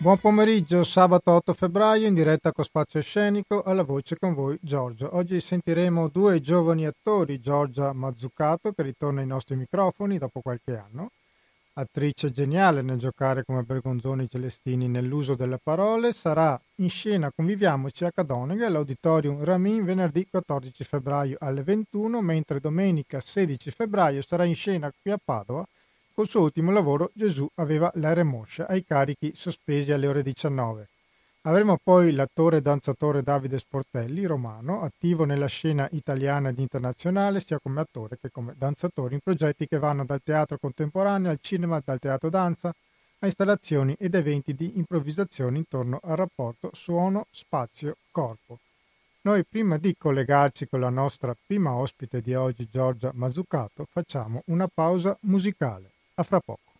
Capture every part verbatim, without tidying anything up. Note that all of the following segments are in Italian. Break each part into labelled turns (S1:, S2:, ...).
S1: Buon pomeriggio, sabato otto febbraio, in diretta con Spazio Scenico, alla voce con voi Giorgio. Oggi sentiremo due giovani attori, Giorgia Mazzucato, che ritorna ai nostri microfoni dopo qualche anno, attrice geniale nel giocare come Bergonzoni Celestini nell'uso delle parole, sarà in scena Conviviamoci a Cadonega all'Auditorium Ramin venerdì quattordici febbraio alle ventuno, mentre domenica sedici febbraio sarà in scena qui a Padova col suo ultimo lavoro Gesù aveva l'R Moscia, ai carichi sospesi alle ore diciannove. Avremo poi l'attore e danzatore Davide Sportelli, romano, attivo nella scena italiana ed internazionale sia come attore che come danzatore in progetti che vanno dal teatro contemporaneo al cinema, dal teatro danza a installazioni ed eventi di improvvisazione intorno al rapporto suono, spazio, corpo. Noi prima di collegarci con la nostra prima ospite di oggi, Giorgia Mazzucato, facciamo una pausa musicale. A fra poco.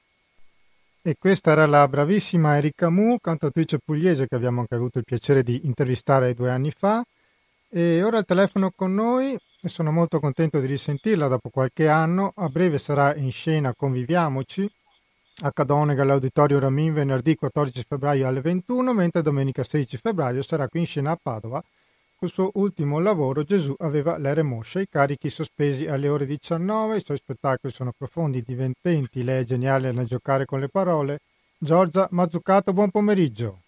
S1: E questa era la bravissima Erika Mu, cantautrice pugliese che abbiamo anche avuto il piacere di intervistare due anni fa, e ora al telefono con noi e sono molto contento di risentirla dopo qualche anno. A breve sarà in scena Conviviamoci a Cadonega all'Auditorio Ramin venerdì quattordici febbraio alle ventuno, mentre domenica sedici febbraio sarà qui in scena a Padova col suo ultimo lavoro Gesù aveva l'R Moscia, i carichi sospesi alle ore diciannove, i suoi spettacoli sono profondi, divertenti, lei è geniale nel giocare con le parole. Giorgia Mazzucato, buon pomeriggio.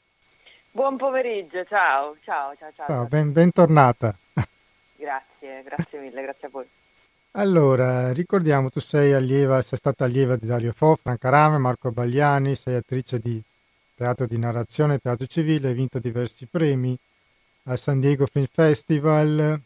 S2: Buon pomeriggio, ciao, ciao, ciao, ciao.
S1: Ciao, ben, bentornata.
S2: Grazie, grazie mille, grazie a voi.
S1: Allora, ricordiamo, tu sei allieva, sei stata allieva di Dario Fo, Franca Rame, Marco Bagliani, sei attrice di teatro di narrazione, teatro civile, hai vinto diversi premi al San Diego Film Festival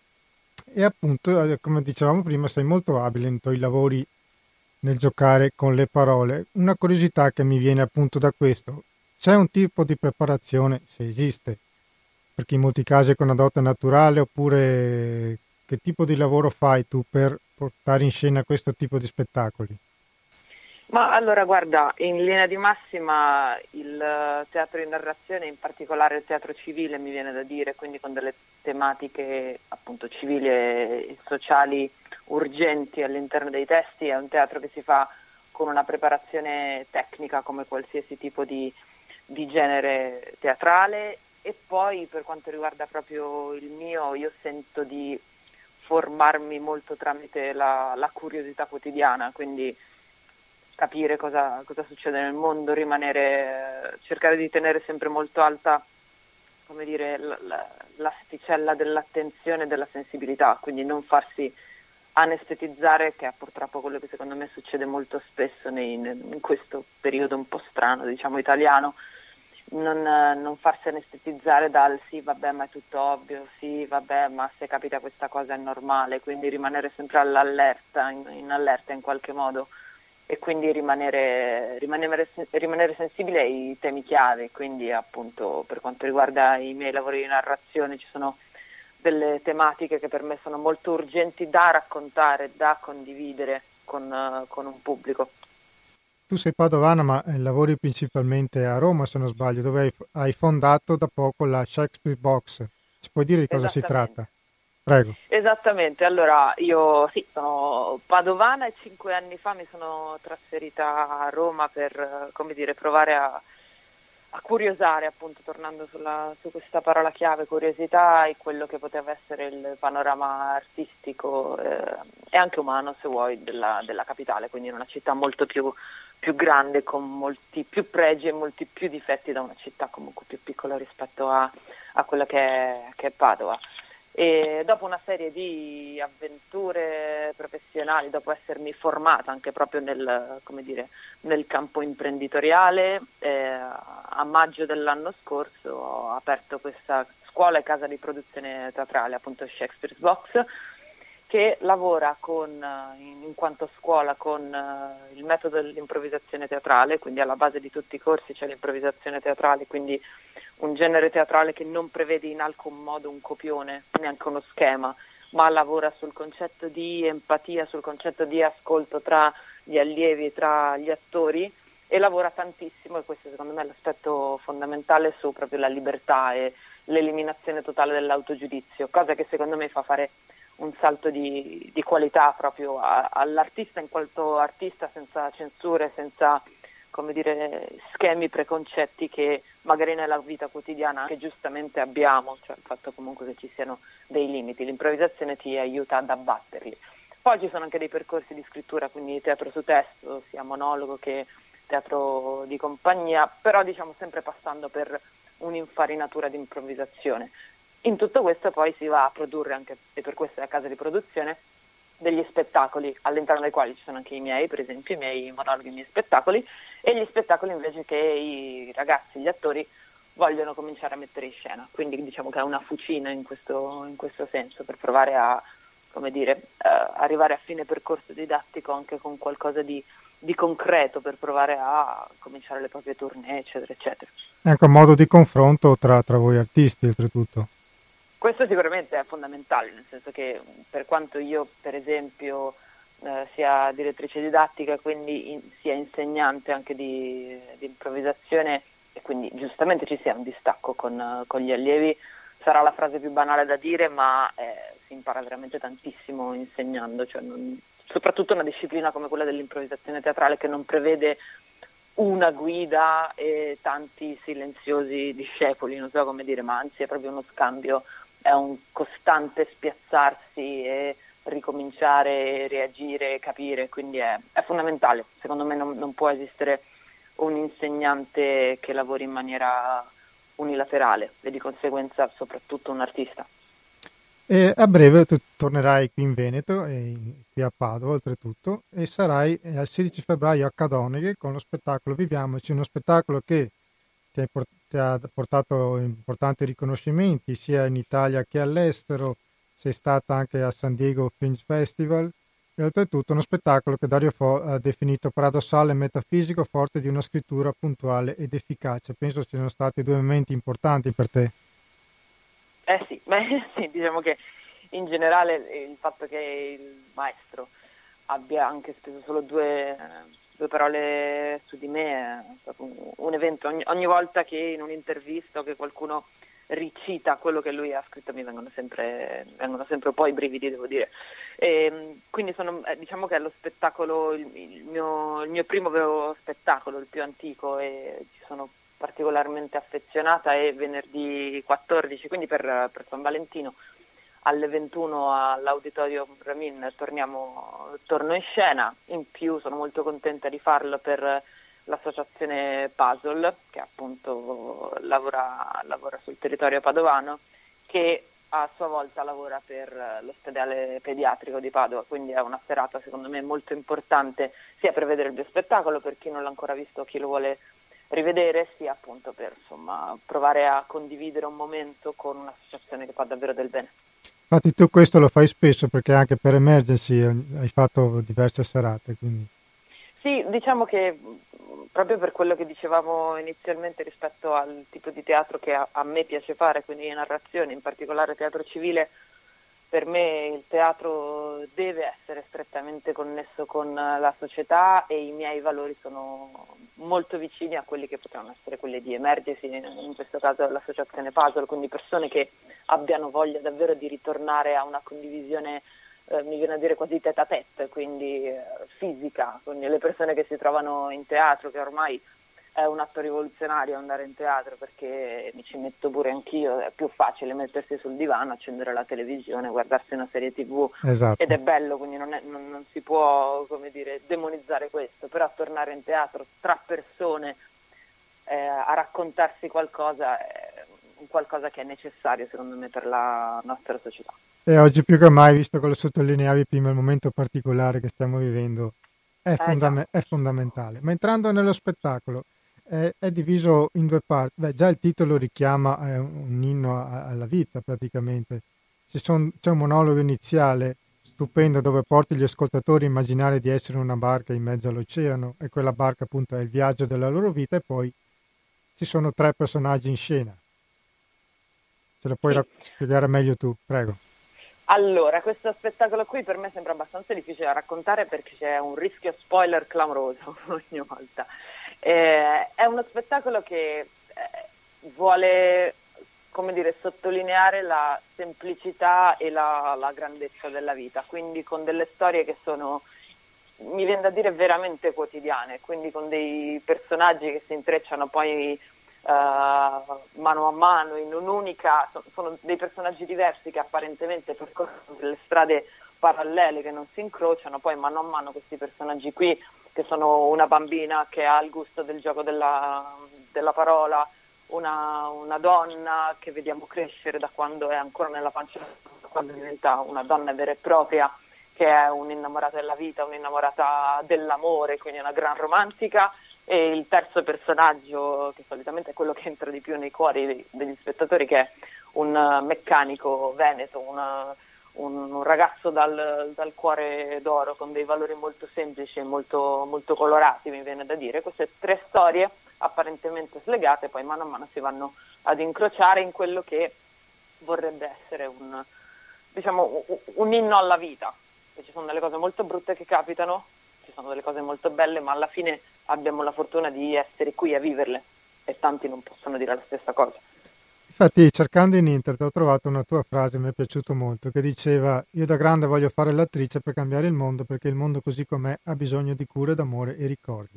S1: e appunto, come dicevamo prima, sei molto abile nei tuoi lavori nel giocare con le parole. Una curiosità che mi viene appunto da questo: c'è un tipo di preparazione, se esiste, perché in molti casi è con una dote naturale, oppure che tipo di lavoro fai tu per portare in scena questo tipo di spettacoli?
S2: Ma allora guarda, in linea di massima il teatro di narrazione, in particolare il teatro civile mi viene da dire, quindi con delle tematiche appunto civili e sociali urgenti all'interno dei testi, è un teatro che si fa con una preparazione tecnica come qualsiasi tipo di, di genere teatrale, e poi per quanto riguarda proprio il mio, io sento di formarmi molto tramite la, la curiosità quotidiana, quindi capire cosa, cosa succede nel mondo, rimanere, cercare di tenere sempre molto alta, come dire, la, l'asticella dell'attenzione e della sensibilità, quindi non farsi anestetizzare, che è purtroppo quello che secondo me succede molto spesso nei, in questo periodo un po' strano, diciamo italiano, non, non farsi anestetizzare dal sì vabbè ma è tutto ovvio, sì vabbè ma se capita questa cosa è normale, quindi rimanere sempre all'allerta, in, in allerta in qualche modo, e quindi rimanere, rimanere, rimanere sensibile ai temi chiave. Quindi appunto per quanto riguarda i miei lavori di narrazione ci sono delle tematiche che per me sono molto urgenti da raccontare, da condividere con, uh, con un pubblico.
S1: Tu sei padovana ma lavori principalmente a Roma, se non sbaglio, dove hai, hai fondato da poco la Shakespeare Box. Ci puoi dire di cosa si tratta? Prego.
S2: Esattamente, allora io sì, sono padovana e cinque anni fa mi sono trasferita a Roma per, come dire, provare a, a curiosare, appunto, tornando sulla, su questa parola chiave, curiosità, e quello che poteva essere il panorama artistico eh, e anche umano, se vuoi, della, della capitale, quindi in una città molto più, più grande, con molti più pregi e molti più difetti da una città comunque più piccola rispetto a, a quella che è, che è Padova. E dopo una serie di avventure professionali, dopo essermi formata anche proprio nel, come dire, nel campo imprenditoriale, eh, a maggio dell'anno scorso ho aperto questa scuola e casa di produzione teatrale, appunto Shakespeare's Box, che lavora con, in, in quanto scuola con uh, il metodo dell'improvvisazione teatrale, quindi alla base di tutti i corsi c'è l'improvvisazione teatrale, quindi un genere teatrale che non prevede in alcun modo un copione, neanche uno schema, ma lavora sul concetto di empatia, sul concetto di ascolto tra gli allievi, tra gli attori, e lavora tantissimo, e questo secondo me è l'aspetto fondamentale, su proprio la libertà e l'eliminazione totale dell'autogiudizio, cosa che secondo me fa fare un salto di, di qualità proprio a, all'artista in quanto artista, senza censure, senza come dire, schemi preconcetti che magari nella vita quotidiana che giustamente abbiamo, cioè il fatto comunque che ci siano dei limiti. L'improvvisazione ti aiuta ad abbatterli. Poi ci sono anche dei percorsi di scrittura, quindi teatro su testo, sia monologo che teatro di compagnia, però diciamo sempre passando per un'infarinatura di improvvisazione. In tutto questo poi si va a produrre anche, e per questo è a casa di produzione, degli spettacoli all'interno dei quali ci sono anche i miei, per esempio i miei monologhi, i miei spettacoli, e gli spettacoli invece che i ragazzi, gli attori vogliono cominciare a mettere in scena, quindi diciamo che è una fucina in questo, in questo senso, per provare a, come dire, eh, arrivare a fine percorso didattico anche con qualcosa di, di concreto, per provare a cominciare le proprie tournée, eccetera, eccetera.
S1: È anche un modo di confronto tra, tra voi artisti, oltretutto.
S2: Questo sicuramente è fondamentale, nel senso che per quanto io, per esempio, eh, sia direttrice didattica, quindi in, sia insegnante anche di, di improvvisazione, e quindi giustamente ci sia un distacco con, con gli allievi, sarà la frase più banale da dire, ma eh, si impara veramente tantissimo insegnando, cioè non, soprattutto una disciplina come quella dell'improvvisazione teatrale che non prevede una guida e tanti silenziosi discepoli, non so come dire, ma anzi è proprio uno scambio, è un costante spiazzarsi e ricominciare, reagire, capire, quindi è, è fondamentale. Secondo me non, non può esistere un insegnante che lavori in maniera unilaterale e di conseguenza soprattutto un artista.
S1: E a breve tu tornerai qui in Veneto, e qui a Padova oltretutto, e sarai il sedici febbraio a Cadoneghe con lo spettacolo Viviamoci, uno spettacolo che ti ha, ti ha portato importanti riconoscimenti sia in Italia che all'estero, sei stata anche a San Diego Fringe Festival, e oltretutto uno spettacolo che Dario Fo ha definito paradossale e metafisico, forte di una scrittura puntuale ed efficace. Penso siano stati due momenti importanti per te.
S2: Eh sì, beh, sì, diciamo che in generale il fatto che il maestro abbia anche speso solo due, due parole su di me è stato un, un evento. Ogni, ogni volta che in un'intervista o che qualcuno ricita quello che lui ha scritto mi vengono sempre, vengono sempre un po' i brividi, devo dire. E, quindi sono, diciamo che è lo spettacolo, il, il, mio, il mio primo vero spettacolo, il più antico, e ci sono particolarmente affezionata. E venerdì quattordici, quindi per, per San Valentino, alle ventuno all'Auditorium Ramin torniamo, torno in scena. In più sono molto contenta di farlo per l'associazione Puzzle, che appunto lavora, lavora sul territorio padovano, che a sua volta lavora per l'ospedale pediatrico di Padova, quindi è una serata secondo me molto importante, sia per vedere il mio spettacolo, per chi non l'ha ancora visto, chi lo vuole rivedere, sia appunto per insomma provare a condividere un momento con un'associazione che fa davvero del bene.
S1: Infatti tu questo lo fai spesso, perché anche per Emergency hai fatto diverse serate, quindi.
S2: Sì, diciamo che proprio per quello che dicevamo inizialmente rispetto al tipo di teatro che a, a me piace fare, quindi narrazione, in particolare teatro civile, per me il teatro deve essere strettamente connesso con la società, e i miei valori sono molto vicini a quelli che potevano essere quelli di Emergency, in questo caso l'associazione Puzzle, quindi persone che abbiano voglia davvero di ritornare a una condivisione, eh, mi viene a dire quasi tête à tête, quindi eh, fisica, quindi le persone che si trovano in teatro, che ormai è un atto rivoluzionario andare in teatro, perché mi ci metto pure anch'io, è più facile mettersi sul divano, accendere la televisione, guardarsi una serie tivù,
S1: esatto.
S2: Ed è bello, quindi non, è, non, non si può, come dire, demonizzare questo, però tornare in teatro tra persone eh, a raccontarsi qualcosa è un qualcosa che è necessario secondo me per la nostra società.
S1: E oggi più che mai, visto che lo sottolineavi prima, il momento particolare che stiamo vivendo è, fondame-
S2: eh,
S1: è fondamentale. Ma entrando nello spettacolo, è, è diviso in due parti. Beh, già il titolo richiama eh, un inno a- alla vita praticamente. Ci son, c'è un monologo iniziale stupendo dove porti gli ascoltatori a immaginare di essere una barca in mezzo all'oceano, e quella barca appunto è il viaggio della loro vita, e poi ci sono tre personaggi in scena. Ce lo puoi
S2: sì.
S1: rac- spiegare meglio tu, prego.
S2: Allora, questo spettacolo qui per me sembra abbastanza difficile da raccontare, perché c'è un rischio spoiler clamoroso ogni volta. Eh, è uno spettacolo che eh, vuole, come dire, sottolineare la semplicità e la, la grandezza della vita, quindi con delle storie che sono mi viene da dire veramente quotidiane, quindi con dei personaggi che si intrecciano poi uh, mano a mano in un'unica, sono, sono dei personaggi diversi che apparentemente percorrono delle strade parallele che non si incrociano, poi mano a mano questi personaggi qui, che sono una bambina che ha il gusto del gioco della, della parola, una, una donna che vediamo crescere da quando è ancora nella pancia, quando diventa una donna vera e propria, che è un'innamorata della vita, un'innamorata dell'amore, quindi una gran romantica, e il terzo personaggio, che solitamente è quello che entra di più nei cuori degli spettatori, che è un meccanico veneto, una, un, un ragazzo dal, dal cuore d'oro, con dei valori molto semplici e molto, molto colorati, mi viene da dire. Queste tre storie apparentemente slegate poi mano a mano si vanno ad incrociare in quello che vorrebbe essere un, diciamo, un inno alla vita. E ci sono delle cose molto brutte che capitano, ci sono delle cose molto belle, ma alla fine abbiamo la fortuna di essere qui a viverle, e tanti non possono dire la stessa cosa.
S1: Infatti, cercando in internet ho trovato una tua frase, mi è piaciuto molto, che diceva: io da grande voglio fare l'attrice per cambiare il mondo, perché il mondo così com'è ha bisogno di cure, d'amore e ricordi.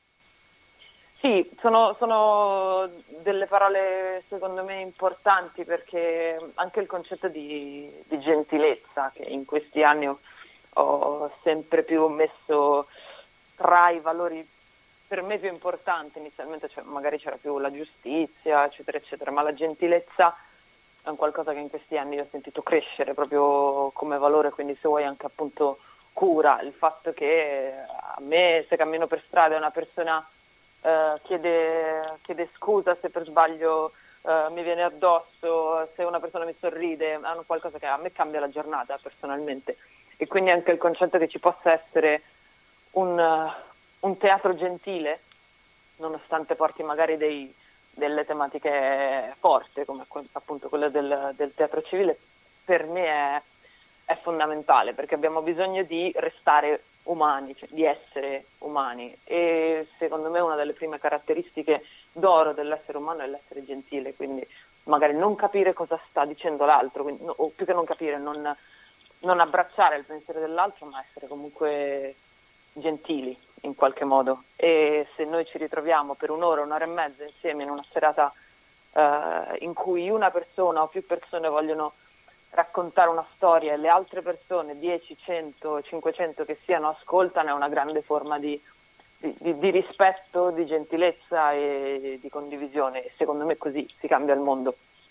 S2: Sì, sono, sono delle parole secondo me importanti, perché anche il concetto di, di gentilezza, che in questi anni ho, ho sempre più messo tra i valori per me più importanti. Inizialmente cioè, magari c'era più la giustizia, eccetera, eccetera, ma la gentilezza è un qualcosa che in questi anni ho sentito crescere proprio come valore, quindi se vuoi anche appunto cura, il fatto che a me, se cammino per strada e una persona Uh, chiede, chiede scusa se per sbaglio uh, mi viene addosso, se una persona mi sorride, hanno qualcosa che a me cambia la giornata personalmente. E quindi anche il concetto che ci possa essere un, uh, un teatro gentile, nonostante porti magari dei, delle tematiche forti, come appunto quella del, del teatro civile, per me è, è fondamentale, perché abbiamo bisogno di restare umani, cioè di essere umani, e secondo me una delle prime caratteristiche d'oro dell'essere umano è l'essere gentile, quindi magari non capire cosa sta dicendo l'altro, quindi, no, o più che non capire, non, non abbracciare il pensiero dell'altro, ma essere comunque gentili in qualche modo. E se noi ci ritroviamo per un'ora, un'ora e mezza insieme in una serata eh, in cui una persona o più persone vogliono raccontare una storia e le altre persone, dieci, cento, cinquecento che siano, ascoltano, è una grande forma di, di, di rispetto, di gentilezza e di condivisione. E secondo me così si cambia il mondo,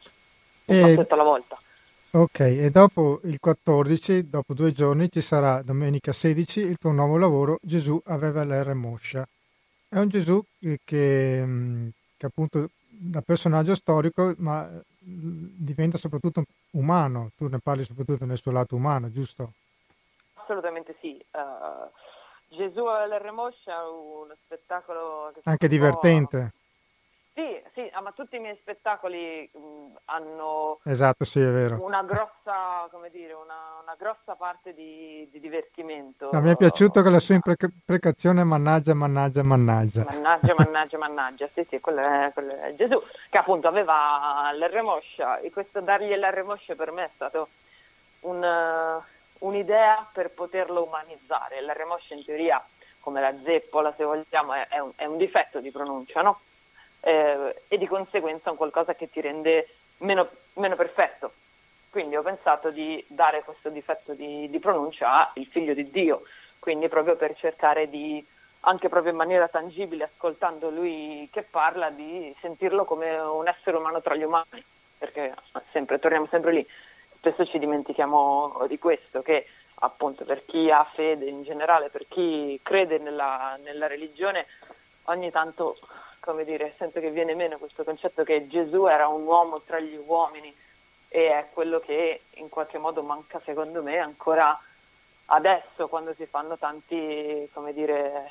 S2: un
S1: E,
S2: passetto alla volta.
S1: ok, e dopo il quattordici, dopo due giorni, ci sarà domenica sedici il tuo nuovo lavoro, Gesù aveva l'R moscia. È un Gesù che, che, che appunto da personaggio storico, ma diventa soprattutto umano. Tu ne parli soprattutto nel suo lato umano, giusto?
S2: Assolutamente sì. Uh, Gesù all'R Moscia è uno spettacolo che
S1: Anche divertente.
S2: Sì, sì, ma tutti i miei spettacoli mh, hanno
S1: esatto, sì, è vero.
S2: una grossa, come dire, una, una grossa parte di, di divertimento.
S1: No, mi è piaciuto che la sua imprecazione è mannaggia, mannaggia, mannaggia.
S2: Mannaggia, mannaggia, mannaggia, sì, sì, quello è, quello è Gesù, che appunto aveva l'R moscia, e questo dargli l'R moscia per me è stato un, uh, un'idea per poterlo umanizzare. L'R moscia in teoria, come la zeppola se vogliamo, è, è, un, è un difetto di pronuncia, no? Eh, e di conseguenza un qualcosa che ti rende meno, meno perfetto. Quindi ho pensato di dare questo difetto di, di pronuncia al figlio di Dio, quindi proprio per cercare di, anche proprio in maniera tangibile, ascoltando lui che parla, di sentirlo come un essere umano tra gli umani, perché sempre, torniamo sempre lì, spesso ci dimentichiamo di questo, che appunto per chi ha fede in generale, per chi crede nella, nella religione, ogni tanto, come dire, sento che viene meno questo concetto che Gesù era un uomo tra gli uomini, e è quello che in qualche modo manca secondo me ancora adesso, quando si fanno tanti, come dire,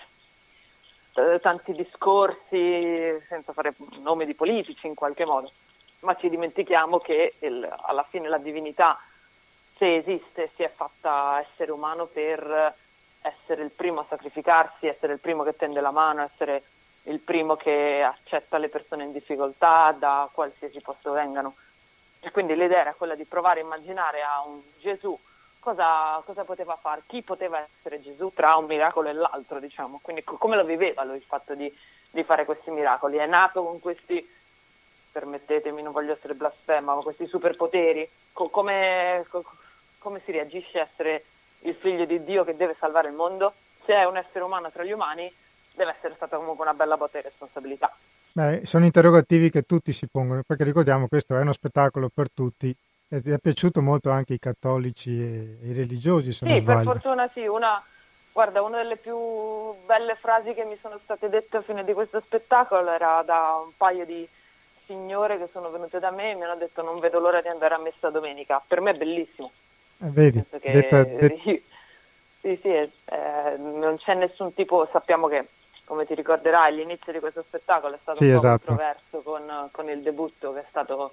S2: tanti discorsi senza fare nomi di politici in qualche modo, ma ci dimentichiamo che il, alla fine la divinità, se esiste, si è fatta essere umano per essere il primo a sacrificarsi, essere il primo che tende la mano, essere il primo che accetta le persone in difficoltà da qualsiasi posto vengano. E quindi l'idea era quella di provare a immaginare a un Gesù cosa, cosa poteva fare, chi poteva essere Gesù tra un miracolo e l'altro, diciamo, quindi co- come lo viveva lui il fatto di, di fare questi miracoli, è nato con questi, permettetemi, non voglio essere blasfema, ma questi superpoteri, co- come, co- come si reagisce a essere il figlio di Dio che deve salvare il mondo? Se è un essere umano tra gli umani, deve essere stata comunque una bella botta di responsabilità.
S1: Beh, sono interrogativi che tutti si pongono, perché ricordiamo questo è uno spettacolo per tutti e è piaciuto molto anche ai cattolici e ai religiosi, se non
S2: Sì, per
S1: sbaglio.
S2: fortuna sì, una, guarda, una delle più belle frasi che mi sono state dette a fine di questo spettacolo era da un paio di signore che sono venute da me e mi hanno detto non vedo l'ora di andare a messa domenica. Per me è bellissimo,
S1: Eh,
S2: nel
S1: vedi,
S2: senso
S1: detta,
S2: che sì, sì, eh, non c'è nessun tipo, sappiamo che, come ti ricorderai, l'inizio di questo spettacolo è stato
S1: sì,
S2: un po'
S1: esatto.
S2: controverso con, con il debutto che è stato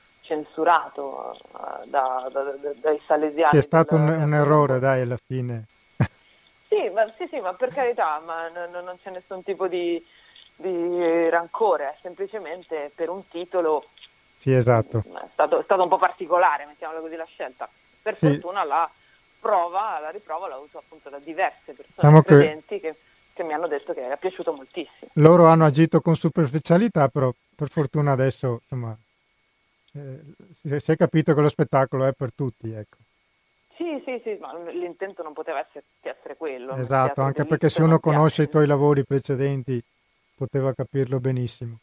S2: censurato uh, da, da, da, dai salesiani.
S1: Sì, è stato
S2: del,
S1: un,
S2: del
S1: un errore, dai, alla fine.
S2: Sì, ma, sì, sì, ma per carità, ma n- n- non c'è nessun tipo di, di rancore, semplicemente per un titolo
S1: Sì, esatto.
S2: è stato, è stato un po' particolare, mettiamola così, la scelta. Per
S1: Sì.
S2: fortuna la prova, la riprova l'ho avuto appunto da diverse persone
S1: Diciamo
S2: credenti che, che mi hanno detto che è piaciuto moltissimo.
S1: Loro hanno agito con superficialità, però per fortuna adesso, insomma, eh, si, si è capito che lo spettacolo è per tutti, ecco.
S2: Sì, sì, sì, ma l'intento non poteva essere, che essere quello.
S1: Esatto, anche perché se uno conosce i tuoi lavori precedenti poteva capirlo benissimo.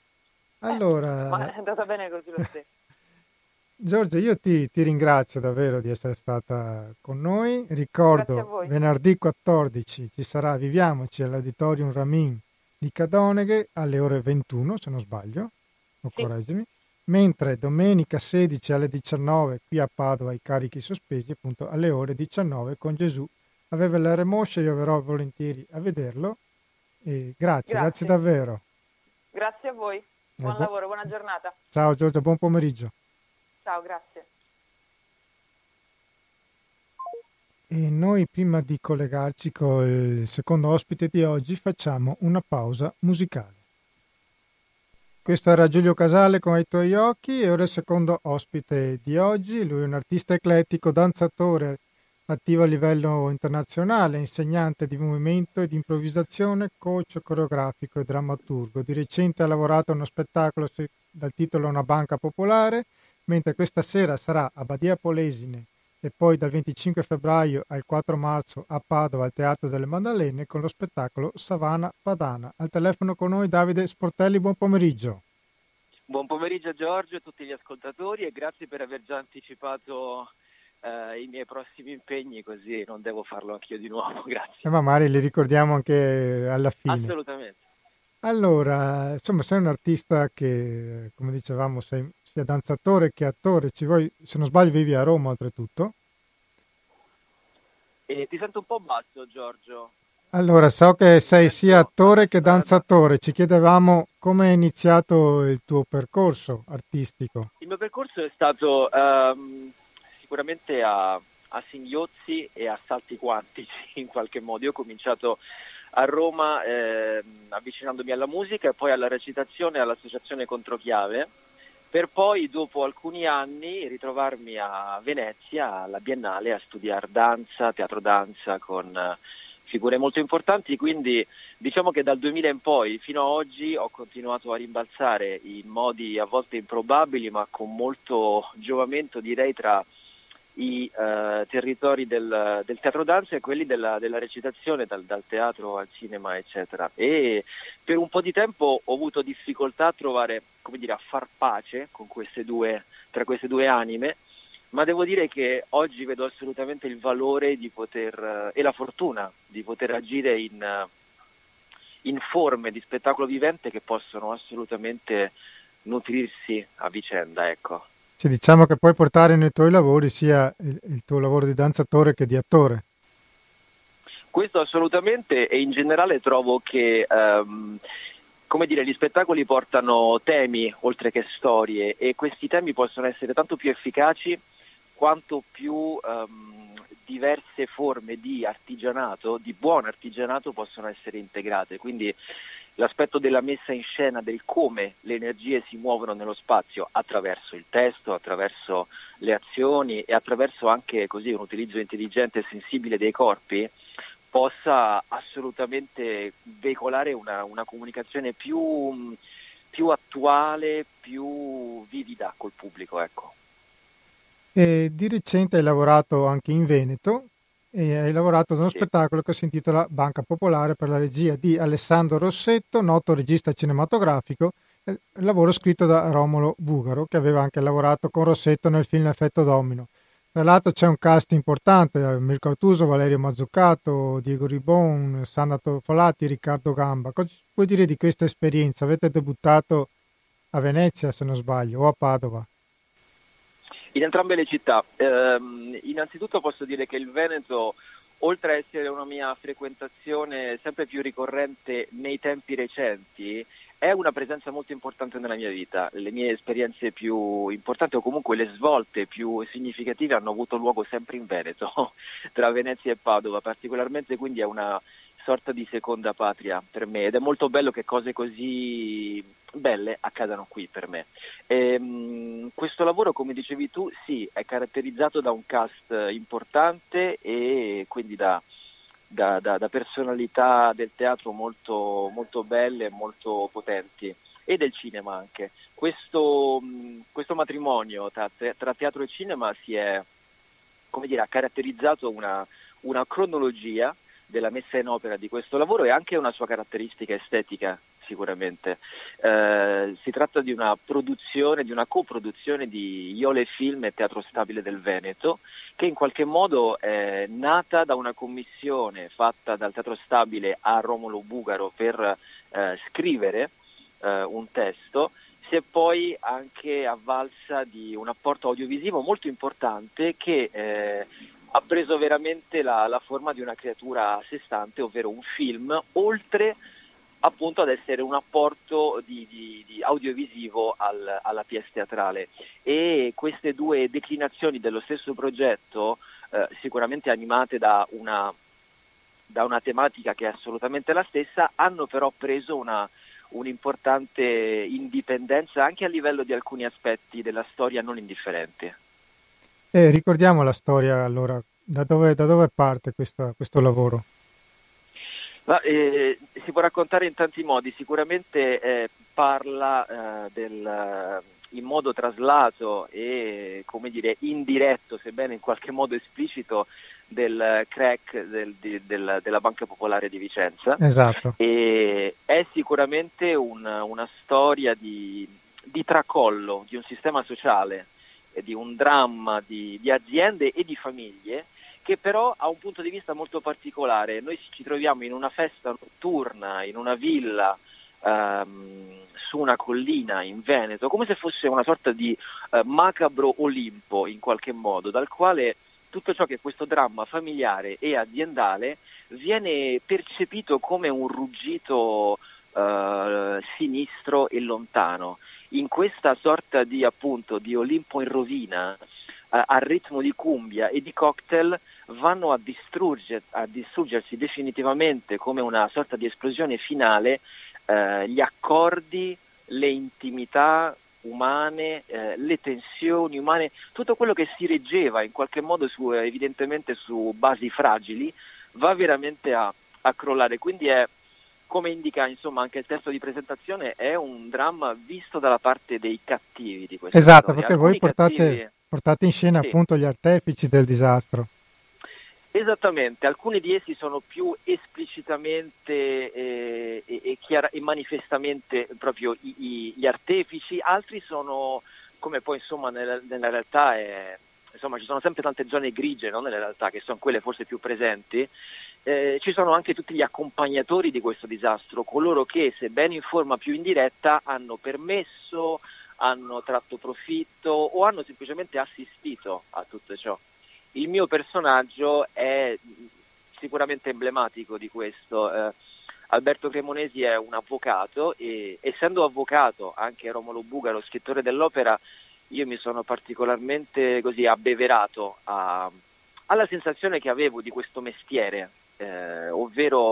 S1: Allora,
S2: eh, ma è andata bene così lo stesso.
S1: Giorgio, io ti, ti ringrazio davvero di essere stata con noi. Ricordo, venerdì quattordici ci sarà Viviamoci all'Auditorium Ramin di Cadoneghe alle ore ventuno, se non sbaglio, o
S2: Sì.
S1: correggimi. Mentre domenica sedici alle diciannove qui a Padova i carichi sospesi, appunto alle ore diciannove con Gesù. Aveva l'R Moscia, io verrò volentieri a vederlo. E grazie, grazie, grazie davvero.
S2: Grazie a voi, buon bu- lavoro, buona giornata.
S1: Ciao Giorgio, buon pomeriggio.
S2: Ciao, grazie.
S1: E noi prima di collegarci con il secondo ospite di oggi facciamo una pausa musicale. Questo era Giulio Casale con I tuoi occhi e ora il secondo ospite di oggi. Lui è un artista eclettico, danzatore attivo a livello internazionale, insegnante di movimento e di improvvisazione, coach coreografico e drammaturgo. Di recente ha lavorato a uno spettacolo dal titolo Una banca popolare, mentre questa sera sarà a Badia Polesine e poi dal venticinque febbraio al quattro marzo a Padova al Teatro delle Maddalene con lo spettacolo Savana Padana. Al telefono con noi Davide Sportelli, buon pomeriggio.
S3: Buon pomeriggio Giorgio e a tutti gli ascoltatori e grazie per aver già anticipato eh, i miei prossimi impegni, così non devo farlo anch'io di nuovo, grazie.
S1: E magari li ricordiamo anche alla fine.
S3: Assolutamente.
S1: Allora, insomma, sei un artista che, come dicevamo, sei sia danzatore che attore, ci vuoi, se non sbaglio vivi a Roma oltretutto?
S3: E ti sento un po' basso Giorgio.
S1: Allora, so che sei sia attore che danzatore, ci chiedevamo come è iniziato il tuo percorso artistico.
S3: Il mio percorso è stato um, sicuramente a, a singhiozzi e a salti quantici in qualche modo. Io ho cominciato a Roma eh, avvicinandomi alla musica e poi alla recitazione all'Associazione Controchiave, per poi dopo alcuni anni ritrovarmi a Venezia alla Biennale a studiare danza, teatro danza con figure molto importanti, quindi diciamo che dal duemila in poi fino ad oggi ho continuato a rimbalzare in modi a volte improbabili ma con molto giovamento, direi, tra i eh, territori del, del teatro danza e quelli della, della recitazione, dal, dal teatro al cinema eccetera, e per un po' di tempo ho avuto difficoltà a trovare, come dire, a far pace con queste due, tra queste due anime, ma devo dire che oggi vedo assolutamente il valore di poter e la fortuna di poter agire in, in forme di spettacolo vivente che possono assolutamente nutrirsi a vicenda, ecco.
S1: Ci diciamo che puoi portare nei tuoi lavori sia il, il tuo lavoro di danzatore che di attore.
S3: Questo assolutamente, e in generale trovo che um, come dire, gli spettacoli portano temi oltre che storie e questi temi possono essere tanto più efficaci quanto più um, diverse forme di artigianato, di buon artigianato possono essere integrate. Quindi l'aspetto della messa in scena, del come le energie si muovono nello spazio attraverso il testo, attraverso le azioni e attraverso anche così un utilizzo intelligente e sensibile dei corpi, possa assolutamente veicolare una, una comunicazione più, più attuale, più vivida col pubblico, ecco.
S1: E di recente hai lavorato anche in Veneto e hai lavorato ad uno
S3: Sì.
S1: spettacolo che si intitola Banca Popolare per la regia di Alessandro Rossetto, noto regista cinematografico, eh, lavoro scritto da Romolo Bugaro, che aveva anche lavorato con Rossetto nel film Effetto Domino. Tra l'altro c'è un cast importante: Mirko Artuso, Valerio Mazzucato, Diego Ribon, Sandra Toffolati, Riccardo Gamba. Cosa puoi dire di questa esperienza? Avete debuttato a Venezia, se non sbaglio, o a Padova?
S3: In entrambe le città. Ehm, innanzitutto posso dire che il Veneto, oltre a essere una mia frequentazione sempre più ricorrente nei tempi recenti, è una presenza molto importante nella mia vita. Le mie esperienze più importanti, o comunque le svolte più significative, hanno avuto luogo sempre in Veneto, tra Venezia e Padova, particolarmente, quindi è una sorta di seconda patria per me, ed è molto bello che cose così belle accadano qui per me. Ehm, questo lavoro, come dicevi tu, sì, è caratterizzato da un cast importante e quindi da, da, da, da personalità del teatro molto, molto belle e molto potenti, e del cinema anche. Questo, questo matrimonio tra, tra teatro e cinema si è, come dire, ha caratterizzato una, una cronologia della messa in opera di questo lavoro e anche una sua caratteristica estetica, sicuramente. Eh, si tratta di una produzione, di una coproduzione di Iole Film e Teatro Stabile del Veneto, che in qualche modo è nata da una commissione fatta dal Teatro Stabile a Romolo Bugaro per eh, scrivere eh, un testo. Si è poi anche avvalsa di un apporto audiovisivo molto importante che eh, ha preso veramente la, la forma di una creatura a sé stante, ovvero un film, oltre appunto ad essere un apporto di, di, di audiovisivo al, alla pièce teatrale. E queste due declinazioni dello stesso progetto, eh, sicuramente animate da una, da una tematica che è assolutamente la stessa, hanno però preso una un'importante indipendenza anche a livello di alcuni aspetti della storia non indifferenti.
S1: E ricordiamo la storia allora, da dove, da dove parte questo, questo lavoro?
S3: Ma, eh, si può raccontare in tanti modi, sicuramente eh, parla eh, del, in modo traslato e, come dire, indiretto, sebbene in qualche modo esplicito, del crack del, di, del, della Banca Popolare di Vicenza.
S1: Esatto.
S3: E è sicuramente un, una storia di, di tracollo di un sistema sociale, di un dramma di, di aziende e di famiglie, che però ha un punto di vista molto particolare. Noi ci troviamo in una festa notturna, in una villa, ehm, su una collina in Veneto, come se fosse una sorta di eh, macabro Olimpo in qualche modo, dal quale tutto ciò che è questo dramma familiare e aziendale viene percepito come un ruggito eh, sinistro e lontano. In questa sorta di, appunto, di Olimpo in rovina, eh, al ritmo di cumbia e di cocktail, vanno a, distrugger, a distruggersi definitivamente, come una sorta di esplosione finale, eh, gli accordi, le intimità umane, eh, le tensioni umane, tutto quello che si reggeva in qualche modo su, evidentemente su basi fragili, va veramente a, a crollare. Quindi è, come indica insomma anche il testo di presentazione, è un dramma visto dalla parte dei cattivi di questa
S1: esatto,
S3: storia.
S1: perché
S3: Alcuni
S1: voi portate,
S3: cattivi...
S1: portate in scena
S3: sì.
S1: appunto gli artefici del disastro.
S3: Esattamente, alcuni di essi sono più esplicitamente eh, e, e, chiara, e manifestamente proprio i, i, gli artefici, altri sono, come poi insomma nella, nella realtà è, insomma ci sono sempre tante zone grigie, no, nella realtà, che sono quelle forse più presenti. Eh, ci sono anche tutti gli accompagnatori di questo disastro, coloro che, sebbene in forma più indiretta, hanno permesso, hanno tratto profitto o hanno semplicemente assistito a tutto ciò. Il mio personaggio è sicuramente emblematico di questo. Eh, Alberto Cremonesi è un avvocato e, essendo avvocato anche Romolo Bugaro, scrittore dell'opera, io mi sono particolarmente così abbeverato a, alla sensazione che avevo di questo mestiere, eh, ovvero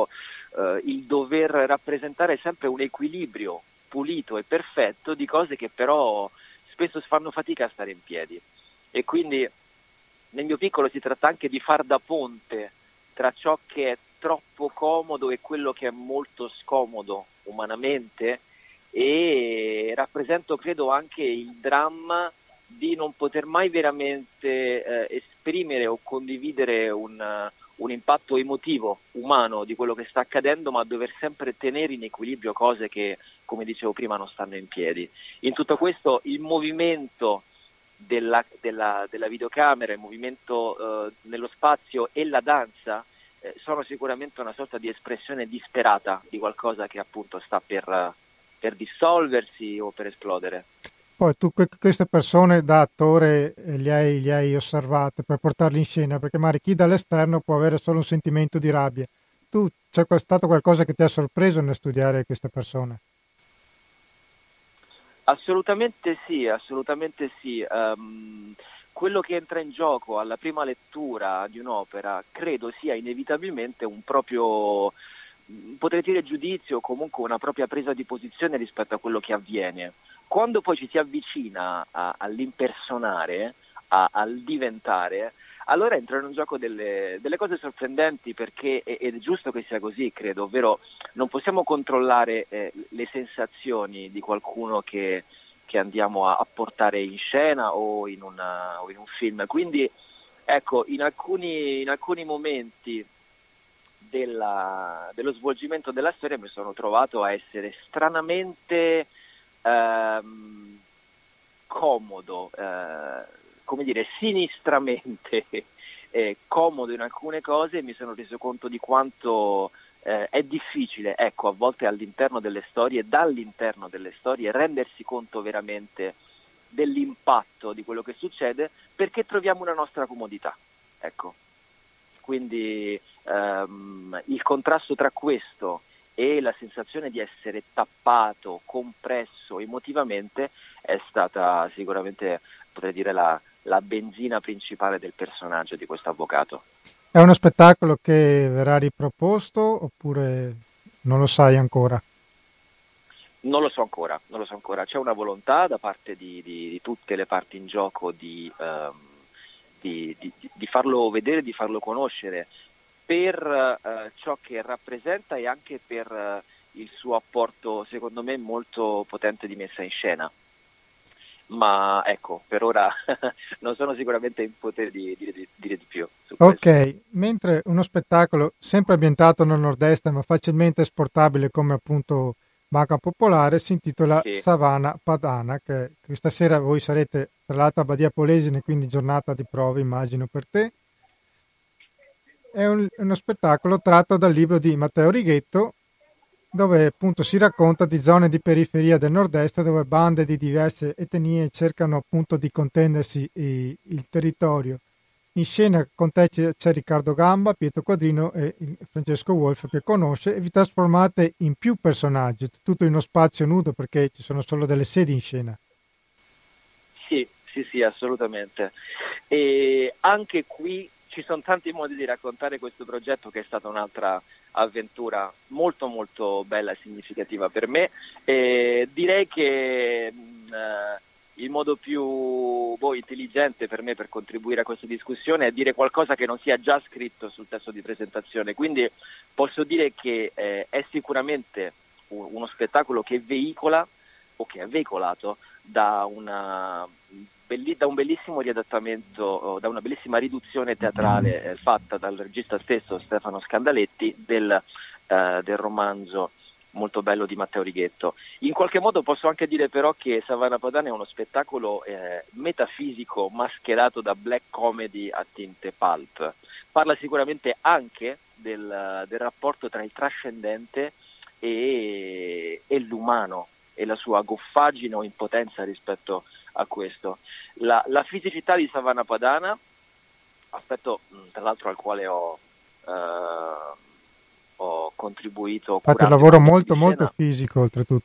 S3: eh, il dover rappresentare sempre un equilibrio pulito e perfetto di cose che però spesso fanno fatica a stare in piedi. E quindi nel mio piccolo si tratta anche di far da ponte tra ciò che è troppo comodo e quello che è molto scomodo umanamente, e rappresento credo anche il dramma di non poter mai veramente eh, esprimere o condividere un, uh, un impatto emotivo umano di quello che sta accadendo, ma dover sempre tenere in equilibrio cose che, come dicevo prima, non stanno in piedi. In tutto questo il movimento della, della, della videocamera, il movimento eh, nello spazio e la danza eh, sono sicuramente una sorta di espressione disperata di qualcosa che appunto sta per, per dissolversi o per esplodere.
S1: Poi tu que- queste persone da attore eh, li hai, li hai osservate per portarli in scena, perché magari chi dall'esterno può avere solo un sentimento di rabbia. Tu c'è stato qualcosa che ti ha sorpreso nel studiare queste persone?
S3: Assolutamente sì, assolutamente sì. Um, quello che entra in gioco alla prima lettura di un'opera credo sia inevitabilmente un proprio, potrei dire, giudizio o comunque una propria presa di posizione rispetto a quello che avviene. Quando poi ci si avvicina a, all'impersonare, a, al diventare, allora entrano in gioco delle, delle cose sorprendenti, perché ed è giusto che sia così, credo, ovvero non possiamo controllare eh, le sensazioni di qualcuno che, che andiamo a, a portare in scena o in, una, o in un film. Quindi ecco, in alcuni, in alcuni momenti della, dello svolgimento della storia mi sono trovato a essere stranamente ehm, comodo, eh, come dire, sinistramente eh, comodo in alcune cose, e mi sono reso conto di quanto eh, è difficile, ecco, a volte all'interno delle storie, dall'interno delle storie, rendersi conto veramente dell'impatto di quello che succede, perché troviamo una nostra comodità, ecco. Quindi ehm, il contrasto tra questo e la sensazione di essere tappato, compresso emotivamente è stata sicuramente, potrei dire, la, la benzina principale del personaggio di questo avvocato.
S1: È uno spettacolo che verrà riproposto oppure non lo sai ancora?
S3: Non lo so ancora, non lo so ancora. C'è una volontà da parte di, di, di tutte le parti in gioco di, um, di, di, di farlo vedere, di farlo conoscere, per uh, ciò che rappresenta e anche per uh, il suo apporto, secondo me, molto potente di messa in scena. Ma ecco, per ora non sono sicuramente in potere di dire di, dire di più su
S1: Ok,
S3: questo.
S1: mentre uno spettacolo sempre ambientato nel nord-est ma facilmente esportabile come appunto Banca Popolare si intitola
S3: Sì.
S1: Savana Padana, che questa sera voi sarete tra l'altro a Badia Polesine, quindi giornata di prove immagino per te. È un, uno spettacolo tratto dal libro di Matteo Righetto, dove appunto si racconta di zone di periferia del nord-est dove bande di diverse etnie cercano appunto di contendersi i, il territorio. In scena con te c'è, c'è Riccardo Gamba, Pietro Quadrino e Francesco Wolf, che conosce, e vi trasformate in più personaggi, tutto in uno spazio nudo perché ci sono solo delle sedi in scena.
S3: Sì, sì, sì, assolutamente. E anche qui ci sono tanti modi di raccontare questo progetto, che è stata un'altra avventura molto molto bella e significativa per me. E direi che mh, il modo più boh, intelligente per me per contribuire a questa discussione è dire qualcosa che non sia già scritto sul testo di presentazione. Quindi posso dire che eh, è sicuramente uno spettacolo che veicola o che è veicolato da una da un bellissimo riadattamento, da una bellissima riduzione teatrale eh, fatta dal regista stesso Stefano Scandaletti del, eh, del romanzo molto bello di Matteo Righetto. In qualche modo posso anche dire però che Savana Padana è uno spettacolo eh, metafisico mascherato da black comedy a tinte pulp. Parla sicuramente anche del, del rapporto tra il trascendente e, e l'umano e la sua goffaggine o impotenza rispetto a questo. La, la fisicità di Savana Padana, aspetto tra l'altro al quale ho, eh, ho contribuito.
S1: Fate un lavoro molto molto fisico oltretutto.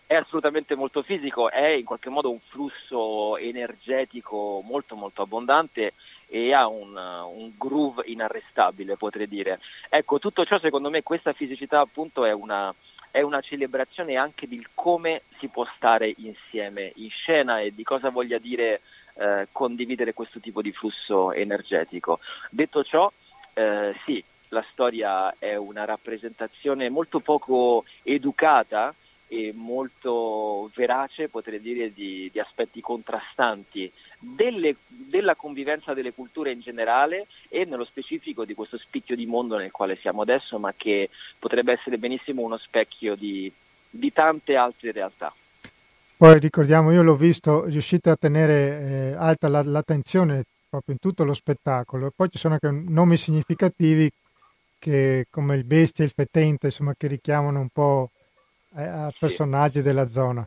S3: è assolutamente molto fisico, è in qualche modo un flusso energetico molto molto abbondante e ha un, un groove inarrestabile, potrei dire. Ecco, tutto ciò, secondo me, questa fisicità appunto è una, è una celebrazione anche di come si può stare insieme in scena e di cosa voglia dire eh, condividere questo tipo di flusso energetico. Detto ciò, eh, sì, la storia è una rappresentazione molto poco educata e molto verace, potrei dire, di, di aspetti contrastanti delle, della convivenza delle culture in generale e nello specifico di questo spicchio di mondo nel quale siamo adesso, ma che potrebbe essere benissimo uno specchio di, di tante altre realtà.
S1: Poi ricordiamo, io l'ho visto, riuscite a tenere eh, alta la, l'attenzione proprio in tutto lo spettacolo, e poi ci sono anche nomi significativi che, come il Bestia e il Fetente, insomma, che richiamano un po' a personaggi della zona.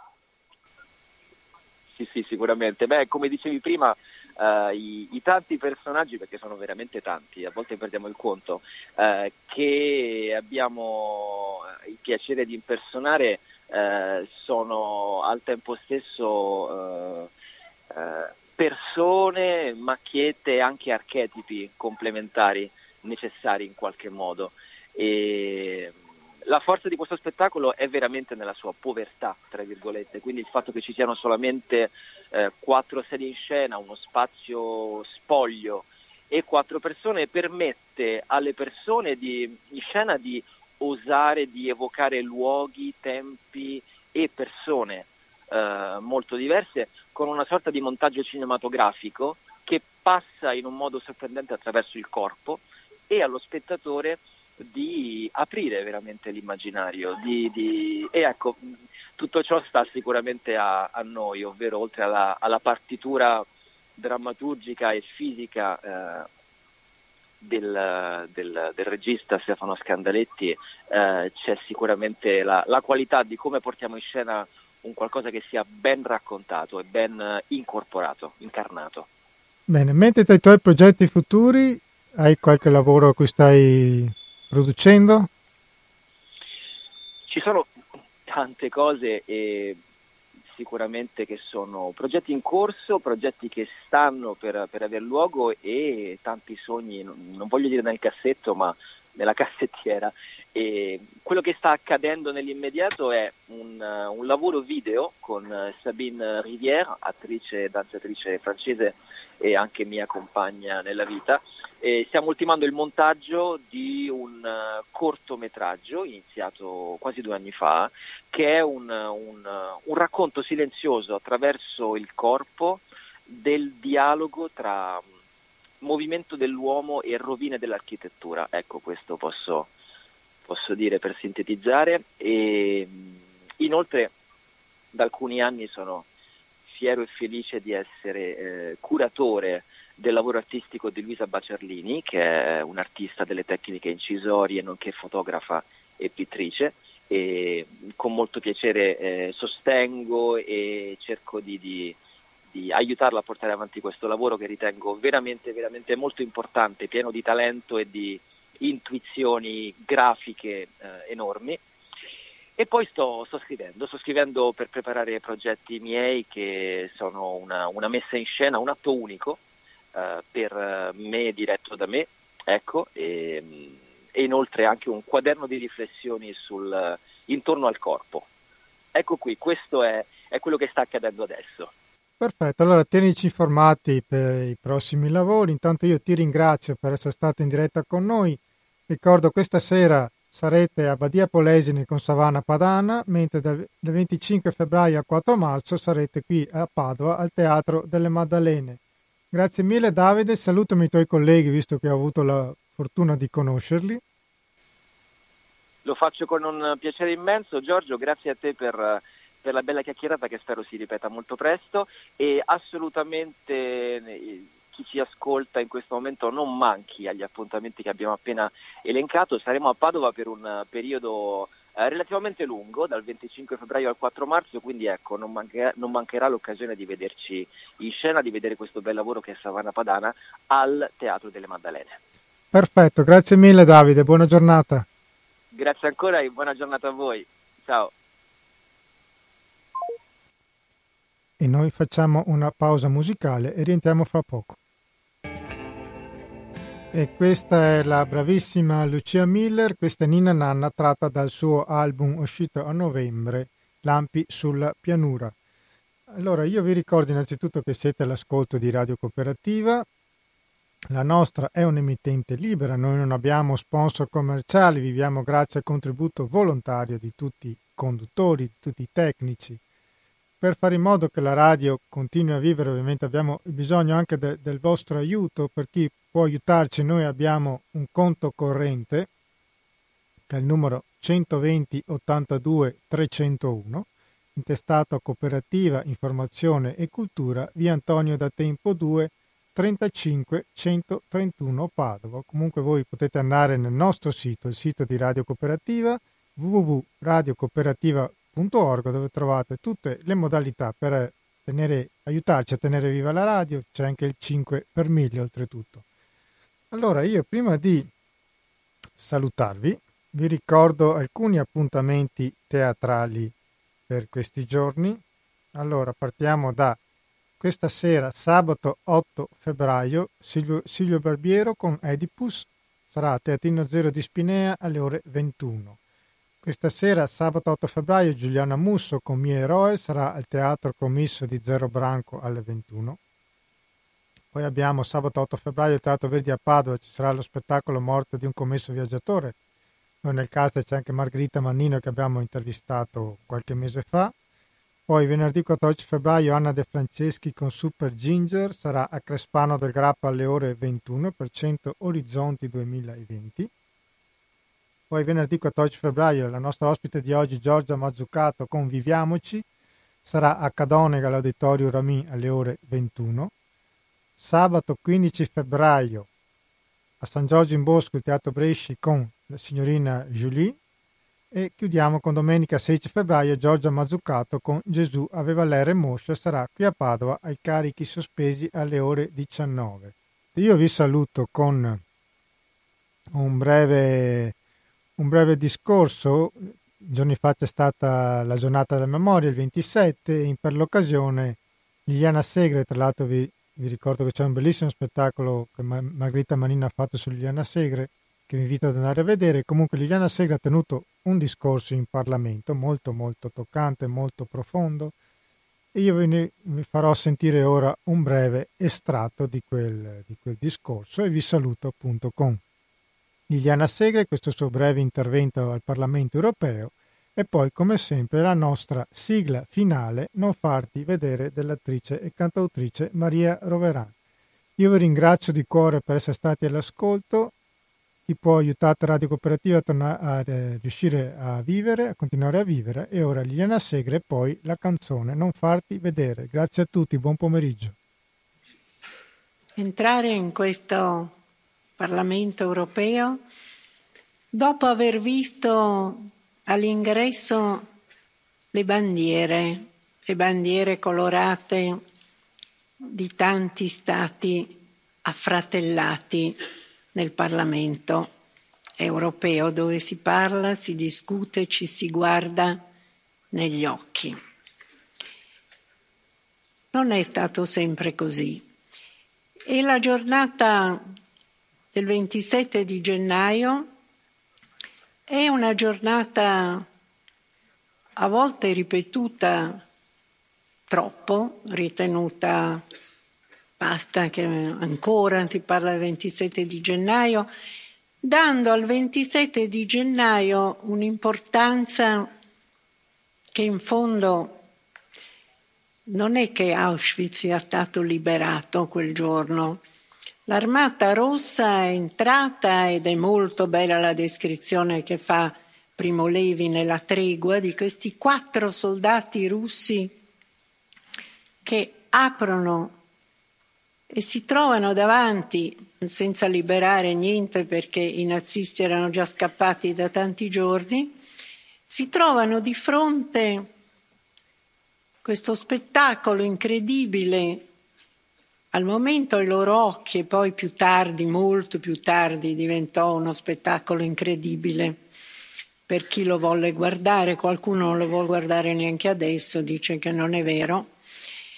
S3: Sì, sì, sicuramente. Beh, come dicevi prima, uh, i, i tanti personaggi, perché sono veramente tanti, a volte perdiamo il conto, uh, che abbiamo il piacere di impersonare, uh, sono al tempo stesso uh, uh, persone, macchiette e anche archetipi complementari necessari in qualche modo. E la forza di questo spettacolo è veramente nella sua povertà, tra virgolette, quindi il fatto che ci siano solamente eh, quattro sedie in scena, uno spazio spoglio e quattro persone permette alle persone di, in scena di osare, di evocare luoghi, tempi e persone eh, molto diverse, con una sorta di montaggio cinematografico che passa in un modo sorprendente attraverso il corpo e allo spettatore di aprire veramente l'immaginario di, di... e ecco, tutto ciò sta sicuramente a, a noi, ovvero oltre alla, alla partitura drammaturgica e fisica eh, del, del, del regista Stefano Scandaletti, eh, c'è sicuramente la, la qualità di come portiamo in scena un qualcosa che sia ben raccontato e ben incorporato, incarnato.
S1: Bene, mentre tra i tuoi progetti futuri hai qualche lavoro a cui stai producendo?
S3: Ci sono tante cose e sicuramente che sono progetti in corso, progetti che stanno per, per aver luogo e tanti sogni, non voglio dire nel cassetto, ma nella cassettiera. E quello che sta accadendo nell'immediato è un, un lavoro video con Sabine Rivière, attrice e danzatrice francese e anche mia compagna nella vita. E stiamo ultimando il montaggio di un uh, cortometraggio iniziato quasi due anni fa, che è un, un, uh, un racconto silenzioso attraverso il corpo del dialogo tra um, movimento dell'uomo e rovine dell'architettura. Ecco, questo posso, posso dire per sintetizzare. E um, inoltre da alcuni anni sono fiero e felice di essere eh, curatore del lavoro artistico di Luisa Baciarlini, che è un'artista delle tecniche incisorie, nonché fotografa e pittrice, e con molto piacere eh, sostengo e cerco di, di, di aiutarla a portare avanti questo lavoro che ritengo veramente, veramente molto importante, pieno di talento e di intuizioni grafiche eh, enormi. E poi sto, sto scrivendo, sto scrivendo per preparare progetti miei che sono una, una messa in scena, un atto unico, Uh, per me, diretto da me, ecco, e, e inoltre anche un quaderno di riflessioni sul, intorno al corpo. Ecco qui, questo è, è quello che sta accadendo adesso.
S1: Perfetto, allora tienici informati per i prossimi lavori. Intanto io ti ringrazio per essere stato in diretta con noi. Ricordo, questa sera sarete a Badia Polesine con Savana Padana, mentre dal venticinque febbraio al quattro marzo sarete qui a Padova al Teatro delle Maddalene. Grazie mille Davide, salutami i tuoi colleghi visto che ho avuto la fortuna di conoscerli.
S3: Lo faccio con un piacere immenso, Giorgio, grazie a te per, per la bella chiacchierata che spero si ripeta molto presto e assolutamente chi ci ascolta in questo momento non manchi agli appuntamenti che abbiamo appena elencato. Saremo a Padova per un periodo eh, relativamente lungo, dal venticinque febbraio al quattro marzo, quindi ecco, non, mancherà, non mancherà l'occasione di vederci in scena, di vedere questo bel lavoro che è Savana Padana al Teatro delle Maddalene.
S1: Perfetto, grazie mille Davide, buona giornata.
S3: Grazie ancora e buona giornata a voi. Ciao.
S1: e noi facciamo una pausa musicale e rientriamo fra poco. E questa è la bravissima Lucia Miller, questa è Ninna Nanna tratta dal suo album uscito a novembre, Lampi sulla pianura. Allora io vi ricordo innanzitutto che siete all'ascolto di Radio Cooperativa, la nostra è un'emittente libera, noi non abbiamo sponsor commerciali, viviamo grazie al contributo volontario di tutti i conduttori, di tutti i tecnici. Per fare in modo che la radio continui a vivere ovviamente abbiamo bisogno anche de- del vostro aiuto, per chi può aiutarci noi abbiamo un conto corrente che è il numero centoventi ottantadue trecentouno, intestato a Cooperativa, Informazione e Cultura, via Antonio da Tempo due, trentacinque centotrentuno Padova. Comunque voi potete andare nel nostro sito, il sito di Radio Cooperativa, w w w punto radio cooperativa punto org, dove trovate tutte le modalità per tenere, aiutarci a tenere viva la radio, c'è anche il cinque per mille oltretutto. Allora io prima di salutarvi vi ricordo alcuni appuntamenti teatrali per questi giorni. Allora partiamo da questa sera, sabato otto febbraio, Silvio, Silvio Barbiero con Oedipus, sarà a Teatrino Zero di Spinea alle ore ventuno. Questa sera, sabato otto febbraio, Giuliana Musso con Mio Eroe sarà al Teatro Commisso di Zero Branco alle ventuno. Poi abbiamo sabato otto febbraio al Teatro Verdi a Padova, ci sarà lo spettacolo Morte di un commesso viaggiatore. Noi nel cast c'è anche Margherita Mannino che abbiamo intervistato qualche mese fa. Poi venerdì quattordici febbraio Anna De Franceschi con Super Ginger sarà a Crespano del Grappa alle ore ventuno per cento Orizzonti duemilaventi. Poi venerdì quattordici febbraio la nostra ospite di oggi Giorgia Mazzucato con Viviamoci sarà a Cadonega all'Auditorio Ramin alle ore ventuno. Sabato quindici febbraio a San Giorgio in Bosco il Teatro Bresci con la signorina Julie. E chiudiamo con domenica sedici febbraio Giorgia Mazzucato con Gesù aveva l'era in moscia, sarà qui a Padova ai carichi sospesi alle ore diciannove. Io vi saluto con un breve, un breve discorso. Giorni fa c'è stata la giornata della memoria, il ventisette, e per l'occasione Liliana Segre, tra l'altro vi, vi ricordo che c'è un bellissimo spettacolo che Margherita Mannino ha fatto su Liliana Segre, che vi invito ad andare a vedere. Comunque Liliana Segre ha tenuto un discorso in Parlamento molto molto toccante, molto profondo, e io ve ne vi farò sentire ora un breve estratto di quel, di quel discorso e vi saluto appunto con Liliana Segre, questo suo breve intervento al Parlamento europeo, e poi come sempre la nostra sigla finale Non farti vedere dell'attrice e cantautrice Maria Roveran. Io vi ringrazio di cuore per essere stati all'ascolto. Chi può aiutare Radio Cooperativa a, tornare, a eh, riuscire a vivere, a continuare a vivere. E ora Liliana Segre e poi la canzone Non farti vedere. Grazie a tutti, buon pomeriggio.
S4: Entrare in questo Parlamento europeo dopo aver visto all'ingresso le bandiere, le bandiere colorate di tanti stati affratellati nel Parlamento europeo, dove si parla, si discute, ci si guarda negli occhi. Non è stato sempre così. E la giornata del ventisette di gennaio è una giornata a volte ripetuta troppo, ritenuta basta che ancora si parla del ventisette di gennaio, dando al ventisette di gennaio un'importanza che in fondo non è che Auschwitz sia stato liberato quel giorno. L'Armata Rossa è entrata, ed è molto bella la descrizione che fa Primo Levi nella tregua di questi quattro soldati russi che aprono e si trovano davanti, senza liberare niente perché i nazisti erano già scappati da tanti giorni, si trovano di fronte questo spettacolo incredibile. Al momento ai loro occhi, e poi più tardi, molto più tardi, diventò uno spettacolo incredibile per chi lo volle guardare. Qualcuno non lo vuole guardare neanche adesso, dice che non è vero.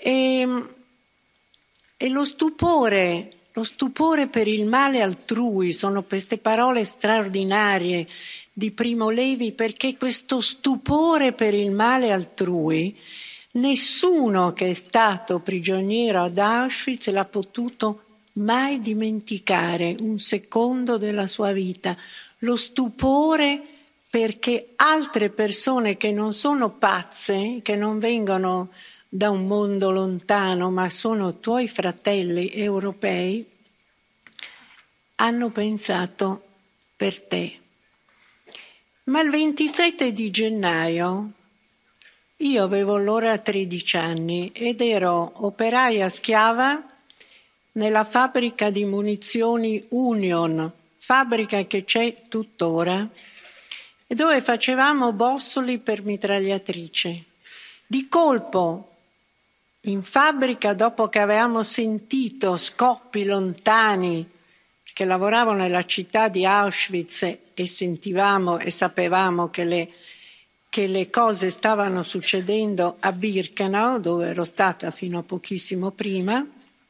S4: E, e lo stupore, lo stupore per il male altrui, sono queste parole straordinarie di Primo Levi, perché questo stupore per il male altrui, nessuno che è stato prigioniero ad Auschwitz l'ha potuto mai dimenticare un secondo della sua vita. Lo stupore perché altre persone che non sono pazze, che non vengono da un mondo lontano, ma sono tuoi fratelli europei, hanno pensato per te. Ma il ventisette di gennaio io avevo allora tredici anni ed ero operaia schiava nella fabbrica di munizioni Union, fabbrica che c'è tuttora, dove facevamo bossoli per mitragliatrice. Di colpo, in fabbrica, dopo che avevamo sentito scoppi lontani, perché lavoravo nella città di Auschwitz e sentivamo e sapevamo che le, che le cose stavano succedendo a Birkenau, dove ero stata fino a pochissimo prima,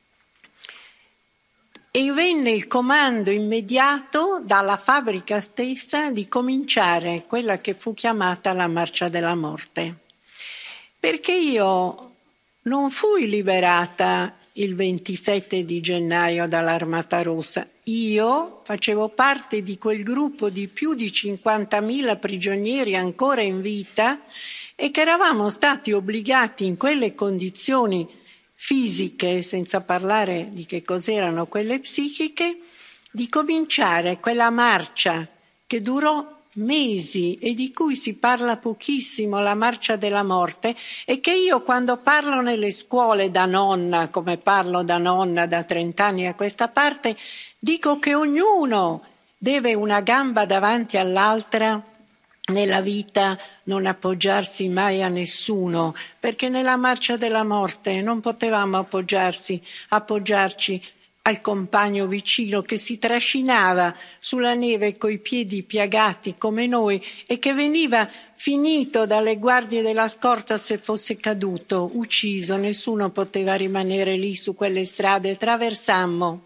S4: e venne il comando immediato dalla fabbrica stessa di cominciare quella che fu chiamata la Marcia della Morte. Perché io non fui liberata il ventisette di gennaio dall'Armata Rossa. Io facevo parte di quel gruppo di più di cinquantamila prigionieri ancora in vita e che eravamo stati obbligati in quelle condizioni fisiche, senza parlare di che cos'erano quelle psichiche, di cominciare quella marcia che durò mesi e di cui si parla pochissimo, la marcia della morte, e che io quando parlo nelle scuole da nonna, come parlo da nonna da trent'anni a questa parte, dico che ognuno deve una gamba davanti all'altra nella vita, non appoggiarsi mai a nessuno, perché nella marcia della morte non potevamo appoggiarsi, appoggiarci al compagno vicino che si trascinava sulla neve coi piedi piagati come noi e che veniva finito dalle guardie della scorta se fosse caduto, ucciso. Nessuno poteva rimanere lì su quelle strade. Traversammo.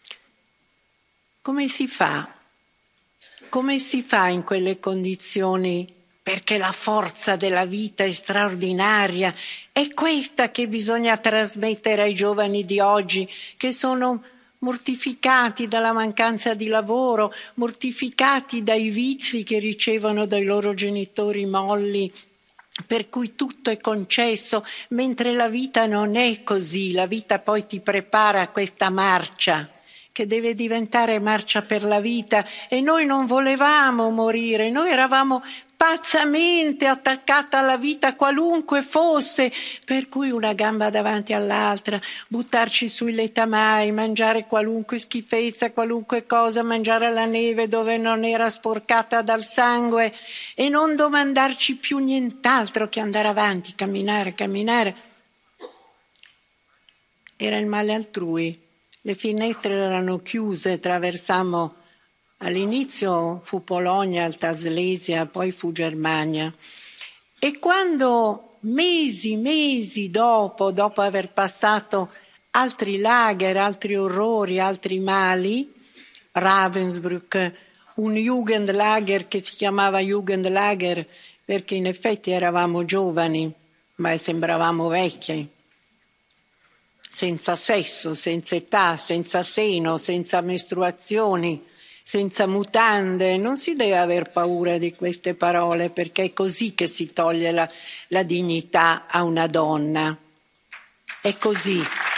S4: Come si fa? Come si fa in quelle condizioni? Perché la forza della vita è straordinaria. È questa che bisogna trasmettere ai giovani di oggi, che sono mortificati dalla mancanza di lavoro, mortificati dai vizi che ricevono dai loro genitori molli, per cui tutto è concesso, mentre la vita non è così. La vita poi ti prepara a questa marcia, che deve diventare marcia per la vita, e noi non volevamo morire, noi eravamo pazzamente attaccata alla vita qualunque fosse, per cui una gamba davanti all'altra, buttarci sui letamai, mangiare qualunque schifezza, qualunque cosa, mangiare la neve dove non era sporcata dal sangue e non domandarci più nient'altro che andare avanti, camminare, camminare. Era il male altrui. Le finestre erano chiuse, traversammo, all'inizio fu Polonia, Alta Slesia, poi fu Germania. E quando mesi, mesi dopo, dopo aver passato altri lager, altri orrori, altri mali, Ravensbrück, un Jugendlager che si chiamava Jugendlager perché in effetti eravamo giovani, ma sembravamo vecchi, senza sesso, senza età, senza seno, senza mestruazioni, senza mutande. Non si deve aver paura di queste parole, perché è così che si toglie la, la dignità a una donna. È così.